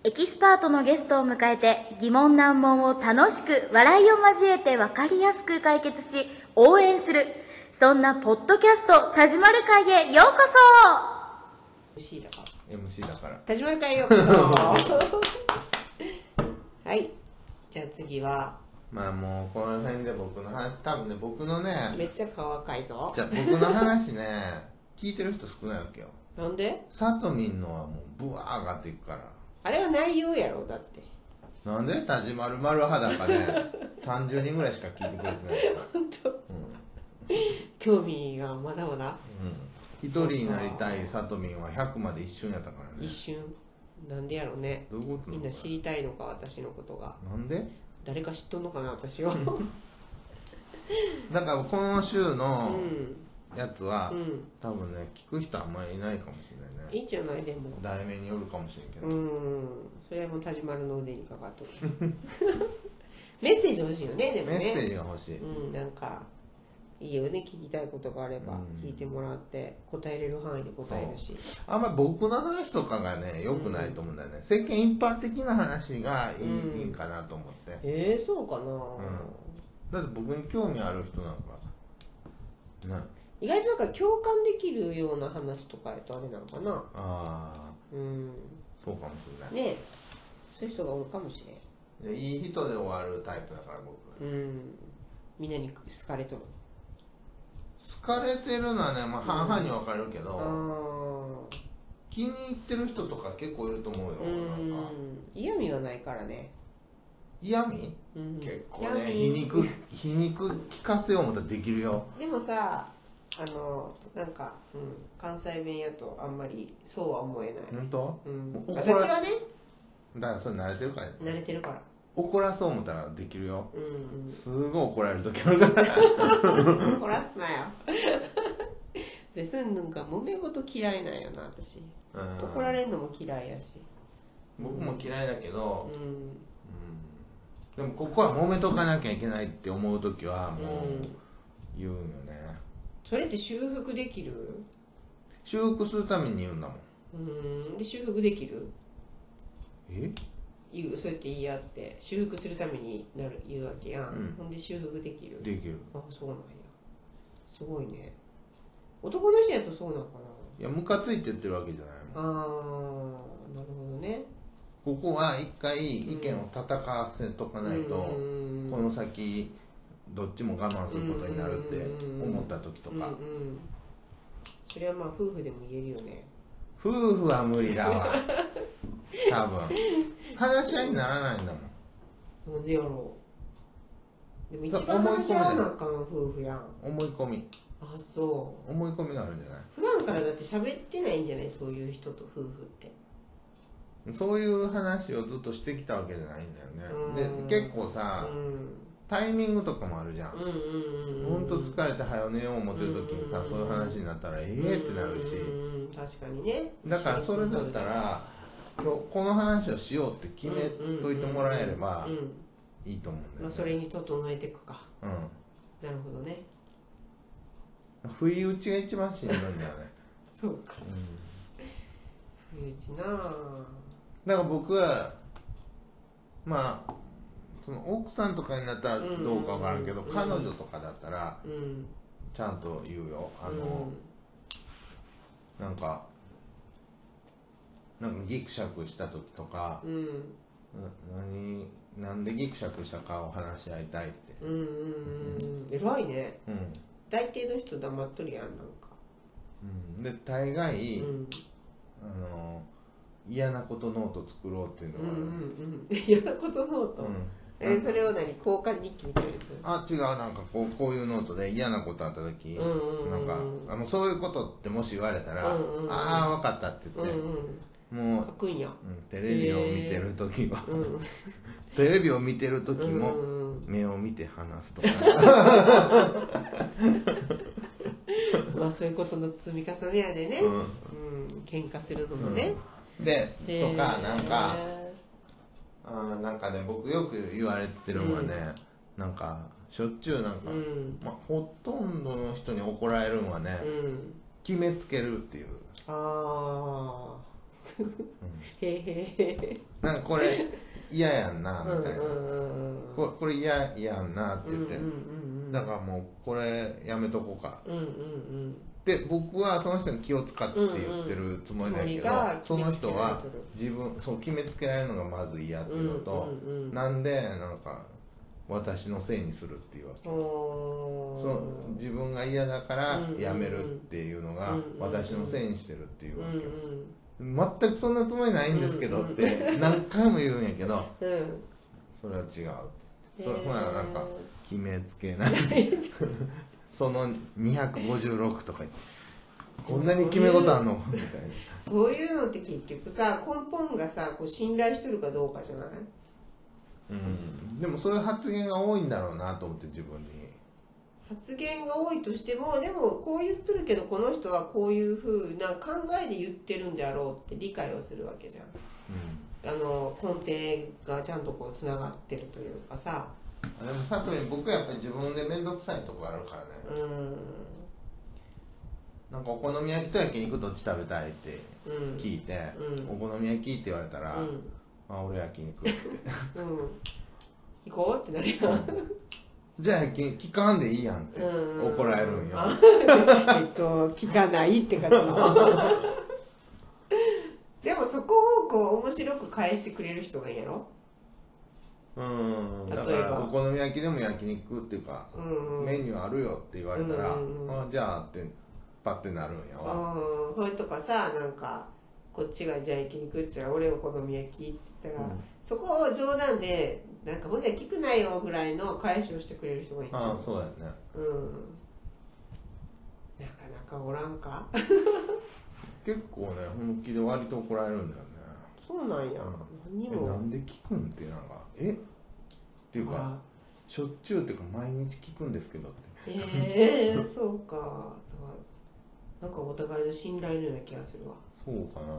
エキスパートのゲストを迎えて疑問難問を楽しく笑いを交えて分かりやすく解決し応援する、そんなポッドキャスト田島る会へようこそ。 MC だから MC だから田島る会へようこそはい、じゃあ次はまあもうこの辺で僕の話、多分ね、僕のね、 めっちゃ顔赤いぞ。 じゃあ僕の話ね聞いてる人少ないわけよ。 なんで？ さとみんのはもうブワー上がっていくから。 あれは内容やろ、だって。 なんで田島る丸裸ね30人ぐらいしか聞いてくれてないから本当、興味がまだまだ、 一人になりたいさとみんは100まで一瞬やったからね。 一瞬。なんでやろうね。 どういうことなの？ みんな知りたいのか、私のことが。 なんで？ 誰か知っとんのかな、私はだからこの週のうんやつは、 うん、 多分ね聞く人あんまりいないかもしれないね。 いいんじゃない？でも題名によるかもしれんけど、 それはもう田島るの腕にかかっとるメッセージ欲しいよね。でもねメッセージが欲しい、 なんかいいよね、聞きたいことがあれば聞いてもらって答えれる範囲で答えるし、 あんまり僕の話とかがね良くないと思うんだよね、世間一般的な話がいいんかなと思って、 そうかな、 だって僕に興味ある人なんかね、 意外となんか共感できるような話とかやとあれなのかな。 ああそうかもしれないね、そういう人がおるかもしれん。 いい人で終わるタイプだから僕、 みんなに好かれとる。 好かれてるのはね、まあ、半々に分かれるけど、気に入ってる人とか結構いると思うよ。なんか嫌味はないからね。 嫌味、結構ね、皮肉聞かせよう思ったらできるよ。 でもさ、なんか、関西弁やとあんまりそうは思えない。 本当？ 私はね、 だからそれ慣れてるからね。 慣れてるから。 怒らそう思ったらできるよ。すごい怒られる時あるから怒らすなよで、そういうのなんか揉め事嫌いなんよな、私。怒られるのも嫌いやし。 僕も嫌いだけど、でもここは揉めとかなきゃいけないって思う時はもう言うんよね。 それって修復できる？ 修復するために言うんだもん。 で、修復できる？そうやって言い合って修復するために言うわけやん、ほんで修復できる？ できる。 あ、そうなんや。すごいね。男の人やとそうなのかな。 いや、ムカついて言ってるわけじゃないもん。 なるほどね。 ここは一回意見を戦わせとかないと、この先どっちも我慢することになるって思った時とか、 それはまあ夫婦でも言えるよね。 夫婦は無理だわ多分話し合いにならないんだもん。 なんでやろう。でも一番話し合わなあかん夫婦やん。 思い込み。 あ、そう。 思い込みがあるんじゃない？ 普段からだって喋ってないんじゃない？そういう人と夫婦って。 そういう話をずっとしてきたわけじゃないんだよね。で、結構さ、タイミングとかもあるじゃん。ほんと疲れて早寝よう思ってる時にさ、そういう話になったらってなるし、 確かにね。 だからそれだったら今日この話をしようって決めといてもらえればいいと思うんだよね。 まあそれに整えていくか。なるほどね。 不意打ちが一番しんどいんだよねそうか。不意打ちなあ。 だから僕はまあその奥さんとかになったらどうかわからんけど、彼女とかだったらちゃんと言うよ。なんかギクシャクした時とか、なんでギクシャクしたかを話し合いたいって。 偉いね。大抵の人黙っとるやん、なんか。 で大概、嫌なことノート作ろうっていうのは、 嫌なことノート、それを交換日記みたいなやつ？ あ、違う、なんかこういうノートで嫌なことあった時、なんかそういうことってもし言われたら、ああ分かったって言って、もう書くんや。 テレビを見てる時は、テレビを見てる時も目を見て話すとかまあそういうことの積み重ねやでね、喧嘩するのもね、 でとかなんかね、僕よく言われてるのはね、なんかしょっちゅうなんか、まあ、ほとんどの人に怒られるのはね、決めつけるっていう。 へへなんかこれ嫌やんなみたいな、これ嫌やんなって言って、だからもうこれやめとこうか、で僕はその人に気を使って言ってるつもりだけど、その人は自分そう決めつけられるのがまず嫌っていうのと、なんでなんか私のせいにするっていうわけ。そう自分が嫌だからやめるっていうのが私のせいにしてるっていうわけ。全くそんなつもりないんですけどって何回も言うんやけど、それは違うって言って、それほらなんか決めつけないその256とか言ってこんなに決め事あんのみたいな。 そういうのって結局さ根本がさこう信頼してるかどうかじゃない？ でもそういう発言が多いんだろうなと思って自分に。 発言が多いとしてもでもこう言ってるけどこの人はこういう風な考えで言ってるんであろうって理解をするわけじゃん、根底がちゃんとこうつながってるというかさ。 でもさとみ僕はやっぱり自分で面倒くさいとこあるからね。なんかお好み焼きと焼肉どっち食べたいって聞いて、お好み焼きって言われたら、あ俺焼肉って行こうってなるよじゃあ聞かんでいいやんって怒られるんよ聞かないって感じでもそこをこう面白く返してくれる人がいいやろ。 だからお好み焼きでも焼肉っていうか、メニューあるよって言われたら、あじゃあってパッてなるんやわ。 それとかさなんかこっちがじゃあ焼肉って言ったら俺お好み焼きって言ったら、そこを冗談でなんかほんじゃ聞くなよぐらいの返しをしてくれる人がいいんじゃん。 そうやね。 なかなかおらんか結構ね本気で割と怒られるんだよね。 そうなんや、 何もなんで聞くんってなんかっていうかしょっちゅうっていうか毎日聞くんですけどってそうか。なんかお互いの信頼のような気がするわ。 そうかな。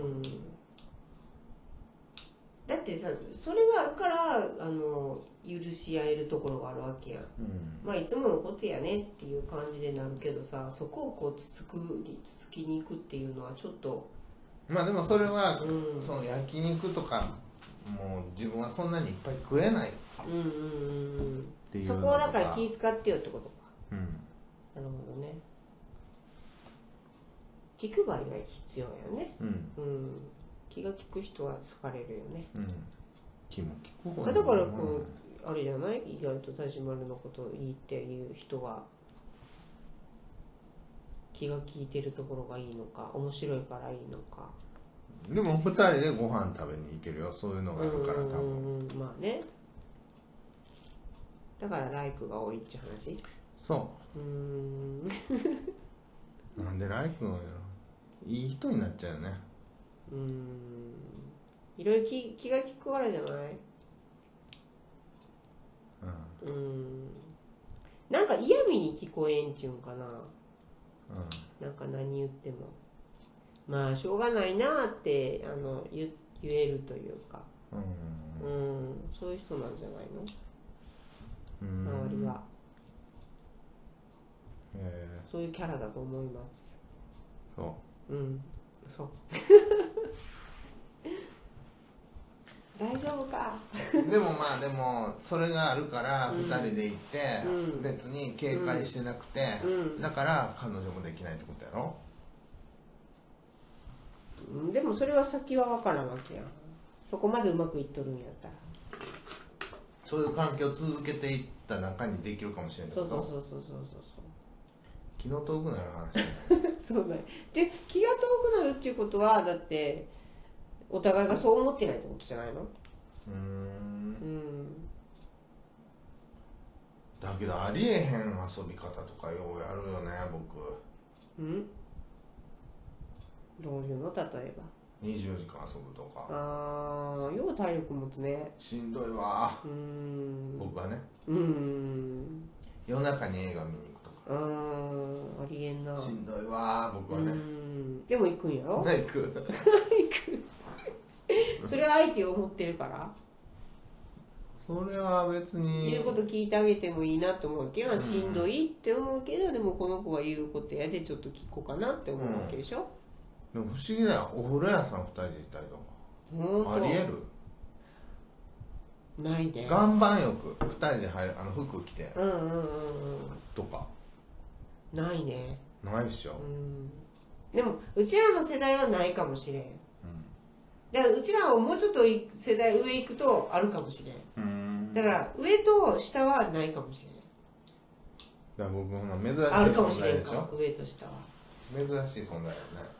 だってさそれがあるから許し合えるところがあるわけやん、まあいつものことやねっていう感じでなるけどさ、そこをこうつつきに行くっていうのはちょっとまあでもそれは、その焼肉とかもう自分はそんなにいっぱい食えないっていうそこはだから気使ってよってことか。なるほどね。聞く場合は必要よね。気が利く人は好かれるよね。 気も利く方だからこうあれじゃない、意外と田島のことをいいっていう人は気が利いてるところがいいのか面白いからいいのか。 でも2人でご飯食べに行けるよ、そういうのがあるから多分。 まあね。だからライクが多いって話。 なんでライクがいい人になっちゃうよね。 いろいろ気が利くからじゃない。なんか嫌味に聞こえんっていうんかな。なんか何言ってもまあしょうがないなって言えるというか、そういう人なんじゃないの、周りは。そういうキャラだと思います。そう大丈夫かでもまあでもそれがあるから2人で行って、別に警戒してなくて、だから彼女もできないってことやろ。 でもそれは先は分からんわけやん。そこまでうまくいっとるんやったらそういう環境を続けていった中にできるかもしれない。 そう気の遠くなる話そうだよ。で気が遠くなるっていうことはだってお互いがそう思ってないってことじゃないの。 だけどありえへん遊び方とかようやるよね僕。 どういうの？例えば 24時間遊ぶとか。 よう体力持つね。 しんどいわ僕はね。夜中に映画見に行くとか。 ありえんな。 しんどいわ僕はね。 でも行くんやろ。 行くそれは相手を思ってるから。 それは別に言うこと聞いてあげてもいいなと思うわけど、しんどいって思うけど、でもこの子が言うことやでちょっと聞こうかなって思うわけでしょ。 でも不思議だよ、お風呂屋さん2人で行ったりとかありえる？ ないね。 岩盤浴2人で入る、服着てとかないね。 ないっしょ。 でもうちらの世代はないかもしれん。だからうちらはもうちょっと世代上行くとあるかもしれん。だから上と下はないかもしれん。 だから僕も珍しいあるかもし存れんか、 在でしょ。 上と下は。 珍しい存在だよね。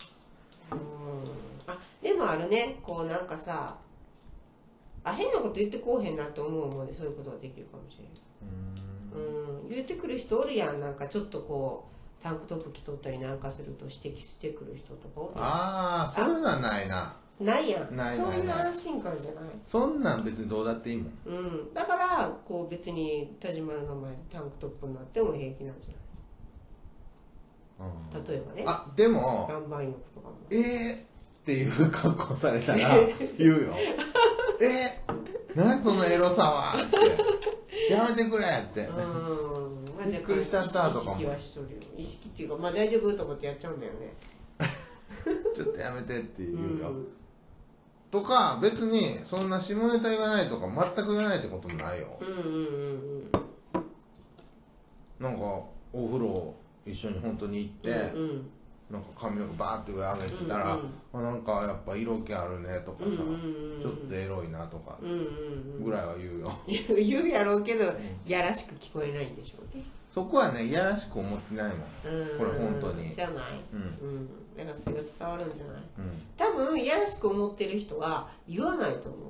あ、でもあるね、こうなんかさ、変なこと言ってこうへんなって思うもんで、そういうことができるかもしれん。言ってくる人おるやん。なんかちょっとこうタンクトップ着とったりなんかすると指摘してくる人とかおるやん。 ああ、それはないな。 ないやん。 ないそういう安心感じゃない。 そんなん別にどうだっていいもん。 だからこう別に田島の前でタンクトップになっても平気なんじゃない。例えばね。 でも岩盤浴とかも。 っていう格好されたら言うよ。何そのエロさはってやめてくれって。びっくりしたったとかも。 意識はしとるよ。意識っていうか、まあ大丈夫とかってやっちゃうんだよね。 ちょっとやめてって言うよ。とか別にそんな下ネタ言わないとか全く言わないってこともないよ。なんかお風呂一緒に本当に行って、なんか髪の毛バーって上上げてたら、なんかやっぱ色気あるねとかさ、ちょっとエロいなとかぐらいは言うよ。 言うやろうけど、やらしく聞こえないんでしょうね。 そこはね、いやらしく思ってないもん。これ本当に。 じゃない。だからそれが伝わるんじゃない。多分いやらしく思ってる人は言わないと思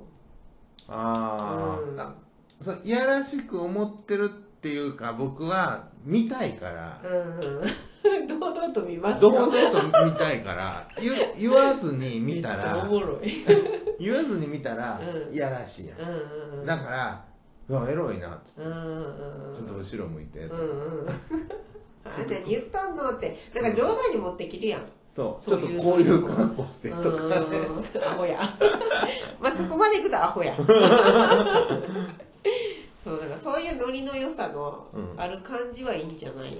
う。 いやらしく思ってるっていうか、僕は見たいから。 堂々と見ますよ。 堂々と見たいから言わずに見たら。 めっちゃおもろい。 言わずに見たらいやらしいやん。だからエロいなっつって、ちょっと後ろ向いて。 何言っとんのって、なんか冗談に持ってきるやん。 ちょっとこういう格好してとかね。 アホや。まあそこまでいくとアホや。そう、だからそういうノリの良さのある感じはいいんじゃない？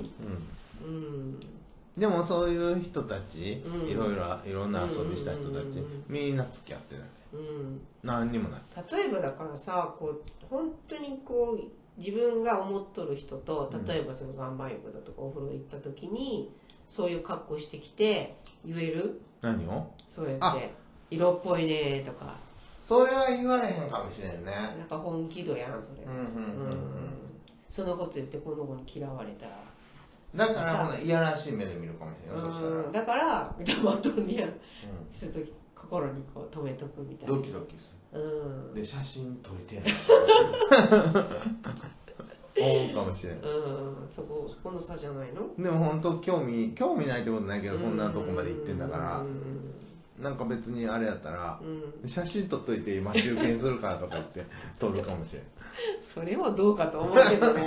でもそういう人たち、いろんな遊びした人たち、みんな付き合ってない。何にもない。 例えばだからさ、こう本当にこう自分が思っとる人と、例えばその岩盤浴だとかお風呂行った時にそういう格好してきて言える？ 何を？ そうやって色っぽいねとか。 それは言われへんかもしれんね。 なんか本気度やんそれ。そのこと言ってこの子に嫌われたら。 だからいやらしい目で見るかもしれない。そしたらだから黙っとんねや。すると心にこう止めとくみたいな。 ドキドキする。で写真撮りてえな。思うかもしれない。 そこの差じゃないの？ でも本当興味ないってことないけど、そんなとこまで行ってんだから。なんか別にあれやったら、写真撮っといて待ち受けにするからとか言って撮るかもしれん。 それはどうかと思うけどね。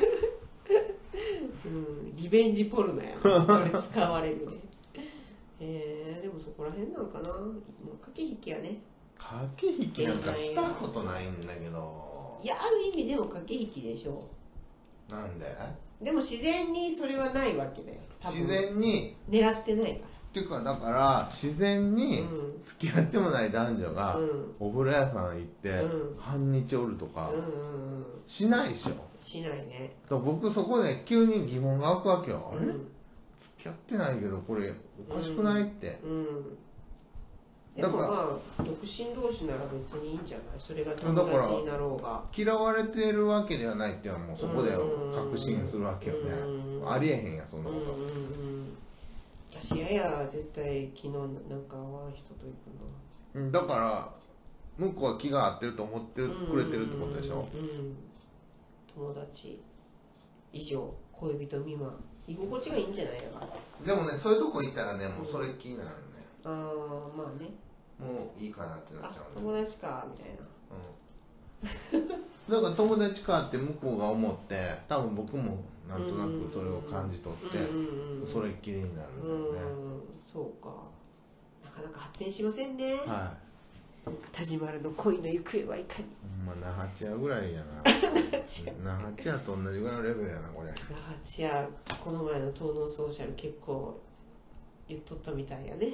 リベンジポルノやな。それ使われるね。でもそこら辺なんかな。もう駆け引きやね。 駆け引きなんかしたことないんだけど。 いや、ある意味でも駆け引きでしょう。なんで？ でも自然にそれはないわけだよ。 自然に狙ってないから。 っていうか、だから自然に付き合ってもない男女がお風呂屋さん行って半日おるとかしないでしょ。 しないね。 僕そこで急に疑問が湧くわけよ。あれ付き合ってないけどこれおかしくないって。 でもまあ独身同士なら別にいいんじゃない？それが友達になろうが。 嫌われてるわけではないっていうのはもうそこで確信するわけよね。ありえへんやそんなこと。 私絶対昨日なんか会わん人と行くの。だから向こうは気が合ってると思ってくれてるってことでしょ。 友達以上恋人未満居心地がいいんじゃないか。 でもね、そういうとこ行ったらね、もうそれ気になるね。 まあね、 もういいかなってなっちゃう、 友達かみたいな。だから友達かって向こうが思って、多分僕もなんとなくそれを感じ取ってそれっきりになるんだよね。 そうか、なかなか発展しませんね。 はい。 田島の恋の行方はいかに。 那覇チアぐらいやな。那覇チアと同じぐらいのレベルやなこれ。 那覇チアこの前の東農ソーシャル結構言っとったみたいやね。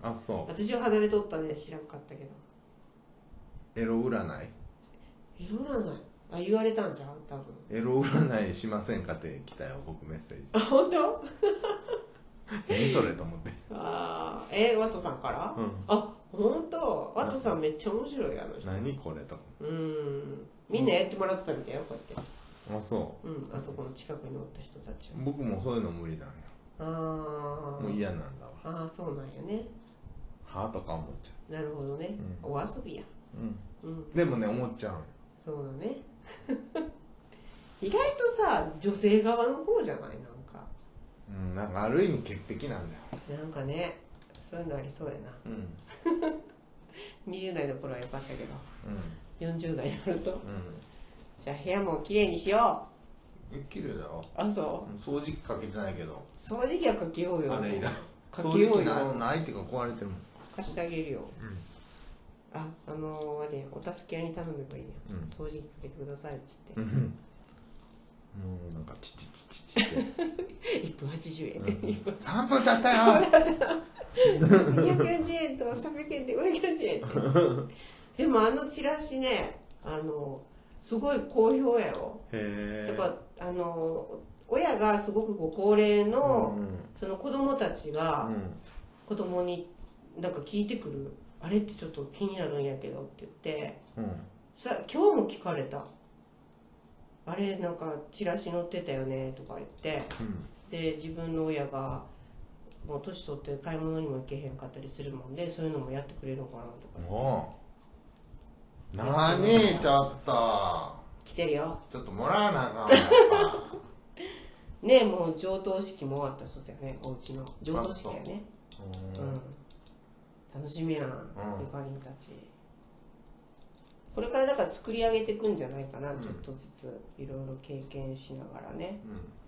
あ、そう。 私は離れとったね、知らんかったけど。 エロ占い？ エロ占い、あ、言われたんじゃん、多分。 エロ占いしませんかって来たよ、僕メッセージ。 あ、本当？ 何それと思って。 ああ、ワトさんから？ うん。 あ、本当？ワトさんめっちゃ面白い、あの人。 何これと。 みんなやってもらってたみたいよ、こうやって。 あ、そう。あそこの近くにおった人たちは。 僕もそういうの無理なんよ。 ああ。 もう嫌なんだわ。 ああ、そうなんやね。 はぁとか思っちゃなるほどね。お遊びや。 でもね、思っちゃう。 そうだね。意外とさ、女性側の方じゃない？なんか。 なんかある意味潔癖なんだよ。なんかね、そういうのありそうやな。20代の頃は良かったけど、40代になると、じゃあ部屋もきれいにしよう。綺麗だよ。 あ、そう。 掃除機かけてないけど。 掃除機はかけようよ。 あれ以来。 かけようよ。 ないっていうか壊れてるもん。 貸してあげるよ。あれや、お助け屋に頼めばいいや。掃除機かけてくださいって言って。 もうなんかチチチチチって。 1分80円。 3分だったよ。 240円と300円で540円って。でもチラシね、すごい好評やよ。やっぱ親がすごく高齢のその子供たちが子供になんか聞いてくる、あれってちょっと気になるんやけどって言って、さ今日も聞かれた。あれなんかチラシ載ってたよねとか言って、で自分の親がもう年取って買い物にも行けへんかったりするもんで、そういうのもやってくれるのかなとか。 何ちょっと来てるよ。 ちょっともらわなあかん。 ねえ、もう上棟式も終わったそうだよね、お家の上棟式やね。楽しみやん、ゆかりんたち。これからだから作り上げていくんじゃないかな、ちょっとずついろいろ経験しながらね。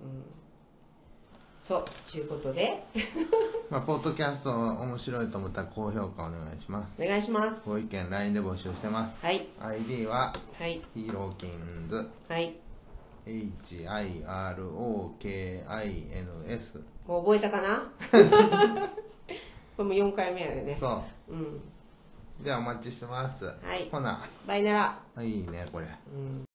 そうということでポッドキャスト面白いと思ったら高評価お願いします。 お願いします。 ご意見 LINE で募集してます。 はい。 ID はヒーローキンズ、 はい、 HIROKINS。 もう覚えたかなこれも4回目やでね。 そう、じゃあお待ちしてます。 はい、 ほなバイなら。 いいねこれ。